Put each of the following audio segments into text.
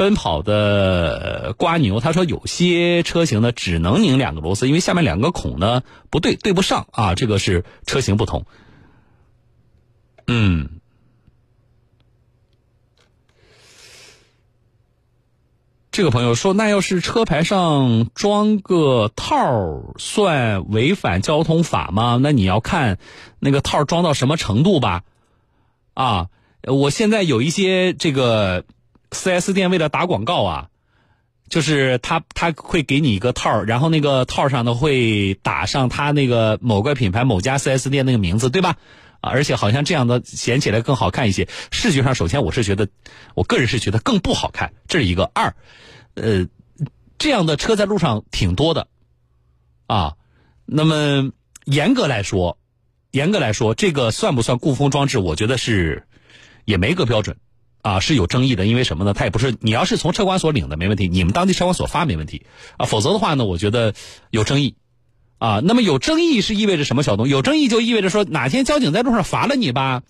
奔跑的瓜牛，他说有些车型呢只能拧2个螺丝，因为下面2个孔呢不对不上啊，这个是车型不同。这个朋友说，那要是车牌上装个套算违反交通法吗？那你要看那个套装到什么程度吧。啊，我现在有一些这个 4S 店为了打广告啊，就是他会给你一个套，然后那个套上呢会打上他那个某个品牌某家 4S 店那个名字，对吧？而且好像这样的显起来更好看一些。视觉上首先我个人是觉得更不好看，这是一个。二，这样的车在路上挺多的啊。那么严格来说这个算不算固风装置，我觉得是也没个标准啊，是有争议的。因为什么呢？它也不是，你要是从车管所领的没问题，你们当地车管所发没问题啊，否则的话呢，我觉得有争议啊。那么有争议是意味着什么？小东，有争议就意味着说哪天交警在路上罚了你吧，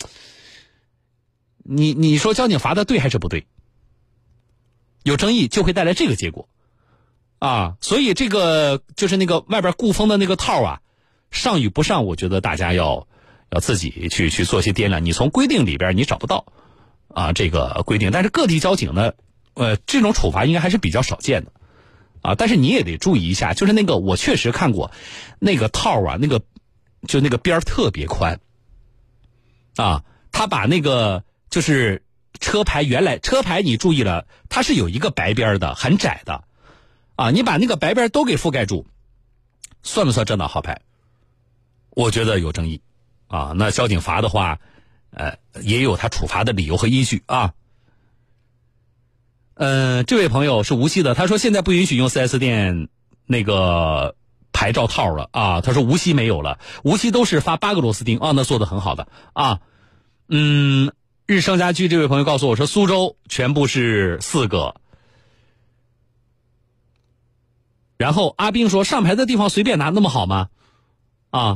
你说交警罚的对还是不对？有争议就会带来这个结果啊。所以这个就是那个外边固风的那个套啊，上与不上，我觉得大家要自己去做些掂量。你从规定里边你找不到啊这个规定，但是各地交警呢，这种处罚应该还是比较少见的啊。但是你也得注意一下，就是那个我确实看过那个套啊，那个边特别宽啊，他把那个就是原来车牌你注意了，它是有一个白边的，很窄的啊，你把那个白边都给覆盖住，算不算正当号牌？我觉得有争议啊。那交警罚的话也有他处罚的理由和依据啊。这位朋友是无锡的，他说现在不允许用 4S 店那个牌照套了啊。他说无锡没有了，无锡都是发8个螺丝钉啊，那做得很好的啊。日升家居这位朋友告诉我说，苏州全部是4个。然后阿兵说，上牌的地方随便拿那么好吗？啊。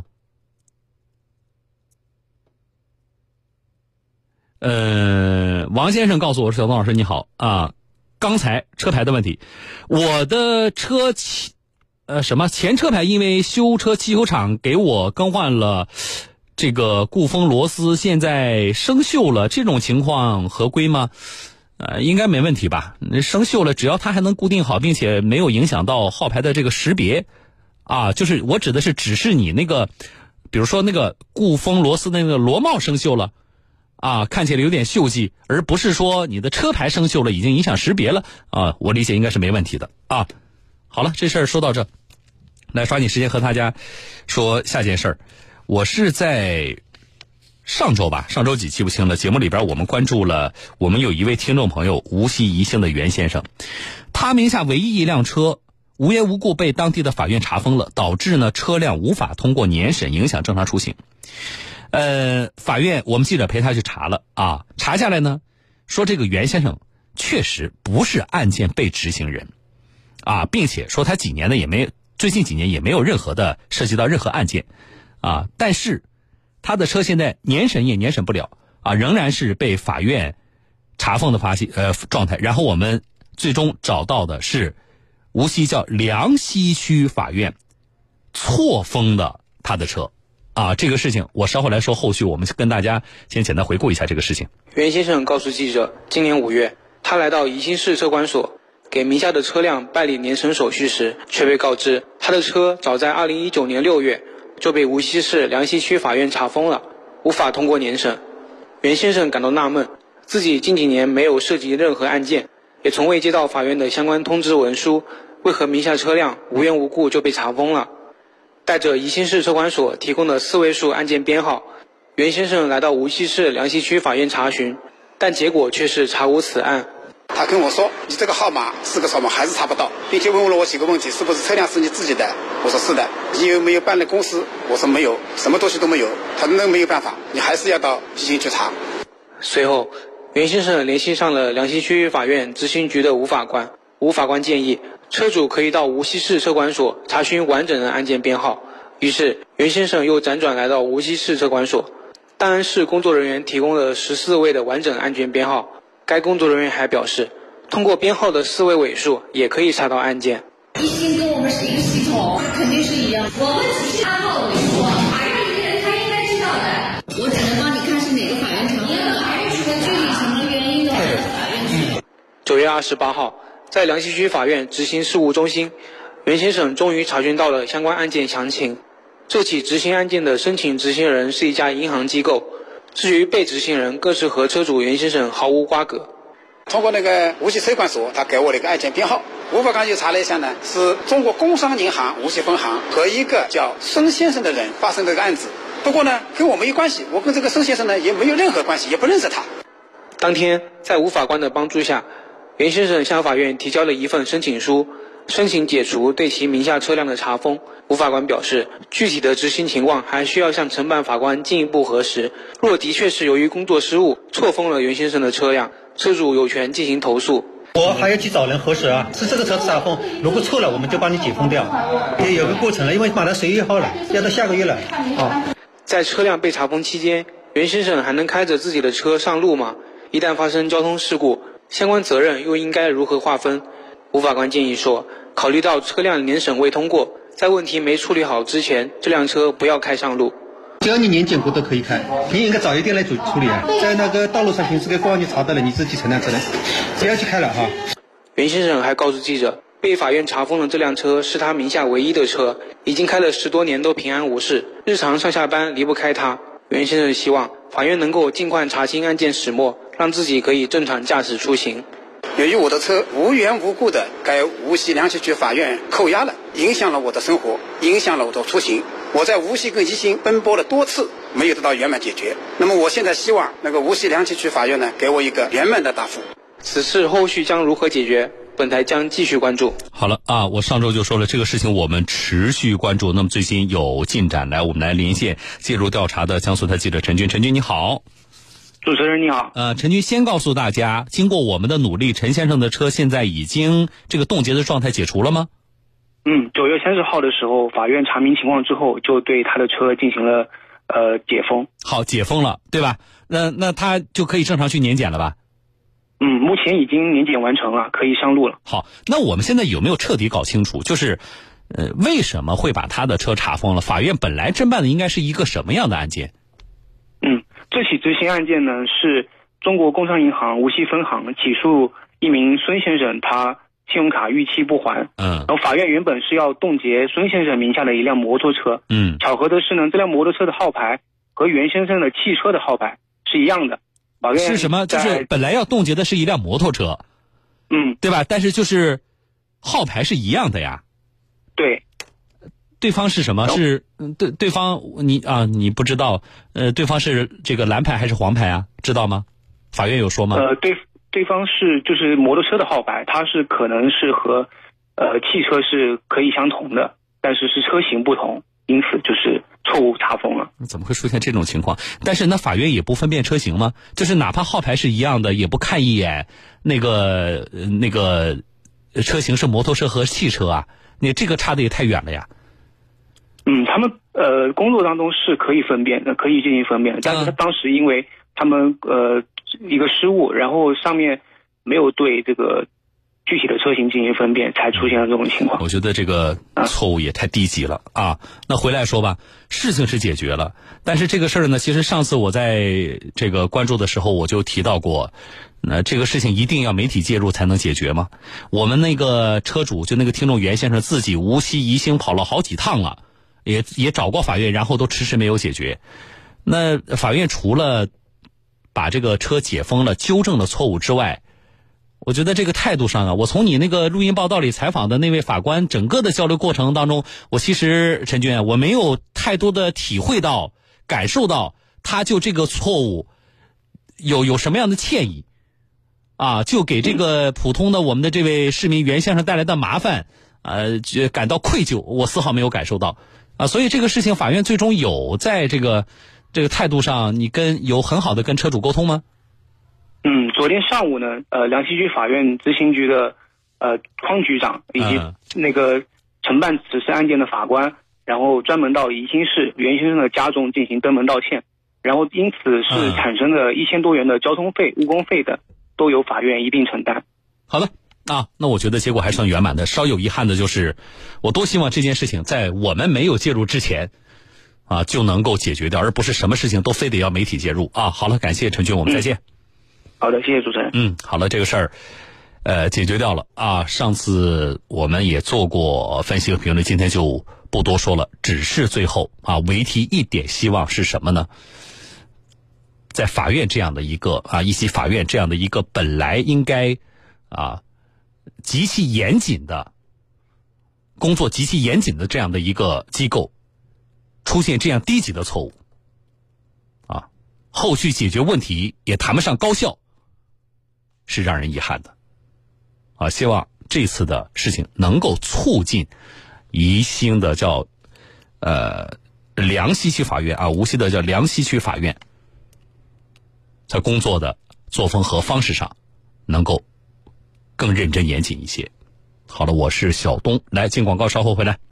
王先生告诉我说，小东老师你好啊，刚才车牌的问题，我的车前车牌因为修车汽修厂给我更换了这个固风螺丝，现在生锈了，这种情况合规吗？应该没问题吧？生锈了，只要它还能固定好，并且没有影响到号牌的这个识别啊，就是我指的是只是你那个，比如说那个固风螺丝的那个螺帽生锈了啊，看起来有点锈迹，而不是说你的车牌生锈了，已经影响识别了啊，我理解应该是没问题的啊。好了，这事儿说到这，来抓紧时间和大家说下件事儿。我是在上周几记不清了，节目里边我们关注了我们有一位听众朋友无锡宜兴的袁先生，他名下唯一一辆车无缘无故被当地的法院查封了，导致呢车辆无法通过年审，影响正常出行。法院我们记者陪他去查了啊，查下来呢说这个袁先生确实不是案件被执行人啊，并且说他最近几年也没有任何的涉及到任何案件啊，但是他的车现在年审也年审不了啊，仍然是被法院查封的状态。然后我们最终找到的是无锡叫梁溪区法院错封的他的车啊，这个事情我稍后来说，后续我们跟大家先简单回顾一下这个事情。 袁先生告诉记者，今年5月，他来到宜兴市车管所给名下的车辆办理年审手续时，却被告知他的车早在2019年6月就被无锡市梁溪区法院查封了，无法通过年审。袁先生感到纳闷，自己近几年没有涉及任何案件，也从未接到法院的相关通知文书，为何名下车辆无缘无故就被查封了？带着宜兴市车管所提供的4位数案件编号，袁先生来到无锡市梁溪区法院查询，但结果却是查无此案。 他跟我说，你这个号码4个号码还是查不到，并且问了我几个问题，是不是车辆是你自己的？我说是的。你有没有办理公司？我说没有，什么东西都没有。他那没有办法，你还是要到宜兴去查。 随后袁先生联系上了梁溪区法院执行局的吴法官，吴法官建议车主可以到无锡市车管所查询完整的案件编号。于是袁先生又辗转来到无锡市车管所，档案室工作人员提供了14位的完整案件编号。该工作人员还表示， 通过编号的4位尾数也可以查到案件。 一心跟我们是一个系统，肯定是一样。我们只是暗号尾数，法院里的人他应该知道的。我只能帮你看是哪个法院成立了，还是说具体什么原因的法院去。 9月28号，在梁溪区法院执行事务中心，袁先生终于查询到了相关案件详情。这起执行案件的申请执行人是一家银行机构，至于被执行人更是和车主袁先生毫无瓜葛。 通过那个无锡车管所，他给我了一个案件编号。吴法官又查了一下呢，是中国工商银行无锡分行和一个叫孙先生的人发生这个案子。不过呢，跟我没有关系，我跟这个孙先生呢也没有任何关系，也不认识他。 当天，在吴法官的帮助下，袁先生向法院提交了一份申请书，申请解除对其名下车辆的查封。吴法官表示，具体的执行情况还需要向承办法官进一步核实。若的确是由于工作失误错封了袁先生的车辆，车主有权进行投诉。 我还要去找人核实啊，是这个车查封，如果错了我们就帮你解封掉，也有个过程了，因为马上11月号了，要到下个月了。 在车辆被查封期间，袁先生还能开着自己的车上路吗？一旦发生交通事故，相关责任又应该如何划分？吴法官建议说，考虑到车辆年审未通过，在问题没处理好之前，这辆车不要开上路。 只要你年检过都可以开，你应该早一点来处理啊。在那个道路上行驶个公安局查到了，你自己承担责任，不要去开了哈。 袁先生还告诉记者，被法院查封的这辆车是他名下唯一的车，已经开了10多年都平安无事，日常上下班离不开它。袁先生希望法院能够尽快查清案件始末，让自己可以正常驾驶出行。 由于我的车无缘无故的该无锡梁溪区法院扣押了，影响了我的生活，影响了我的出行。我在无锡跟宜兴奔波了多次，没有得到圆满解决。那么我现在希望那个无锡梁溪区法院呢，给我一个圆满的答复。 此事后续将如何解决？本台将继续关注。 好了啊，我上周就说了这个事情，我们持续关注。那么最新有进展，我们来连线介入调查的江苏台记者陈军。陈军你好。 主持人你好。 陈军先告诉大家，经过我们的努力，陈先生的车现在已经这个冻结的状态解除了吗 ？9月30号的时候，法院查明情况之后，就对他的车进行了解封。 好，解封了，对吧？那他就可以正常去年检了吧？ 目前已经年检完成了，可以上路了。 好，那我们现在有没有彻底搞清楚，就是为什么会把他的车查封了？法院本来侦办的应该是一个什么样的案件？ 这起执行案件呢，是中国工商银行无锡分行起诉一名孙先生，他信用卡逾期不还。然后法院原本是要冻结孙先生名下的一辆摩托车。巧合的是呢，这辆摩托车的号牌和袁先生的汽车的号牌是一样的。法院是什么？就是本来要冻结的是一辆摩托车。对吧？但是就是号牌是一样的呀。 对。 对方是什么？是对方你不知道，对方是这个蓝牌还是黄牌啊？知道吗？法院有说吗？ 对方是就是摩托车的号牌，它是可能是和汽车是可以相同的，但是是车型不同，因此就是错误查封了。 怎么会出现这种情况？但是那法院也不分辨车型吗？就是哪怕号牌是一样的，也不看一眼那个车型是摩托车和汽车啊？你这个差的也太远了呀。 他们工作当中是可以分辨的，可以进行分辨的，但是他当时因为他们一个失误，然后上面没有对这个具体的车型进行分辨，才出现了这种情况。 我觉得这个错误也太低级了啊！那回来说吧，事情是解决了，但是这个事儿呢，其实上次我在这个关注的时候我就提到过，那这个事情一定要媒体介入才能解决吗？我们那个车主就那个听众袁先生自己无锡宜兴跑了好几趟了。也找过法院，然后都迟迟没有解决。那法院除了把这个车解封了、纠正了错误之外，我觉得这个态度上啊，我从你那个录音报道里采访的那位法官整个的交流过程当中，我其实陈军我没有太多的体会到、感受到他就这个错误有什么样的歉意啊，就给这个普通的我们的这位市民袁先生带来的麻烦感到愧疚，我丝毫没有感受到。所以这个事情法院最终有在这个态度上，你有很好的跟车主沟通吗？ 昨天上午呢，梁溪区法院执行局的匡局长以及那个承办此事案件的法官，然后专门到宜兴市袁先生的家中进行登门道歉，然后因此是产生的1000多元的交通费、误工费的，都由法院一并承担。 好的那我觉得结果还算圆满的。稍有遗憾的就是，我多希望这件事情在我们没有介入之前就能够解决掉，而不是什么事情都非得要媒体介入好了，感谢陈军，我们再见。 好的，谢谢主持人。 好了，这个事儿解决掉了上次我们也做过分析和评论，今天就不多说了。只是最后唯提一点希望是什么呢？在法院这样的一个一级法院这样的一个本来应该极其严谨的工作、极其严谨的这样的一个机构，出现这样低级的错误后续解决问题也谈不上高效，是让人遗憾的希望这次的事情能够促进宜兴的叫梁溪区法院无锡的叫梁溪区法院，在工作的作风和方式上能够更认真严谨一些。好了，我是小东，来进广告，稍后回来。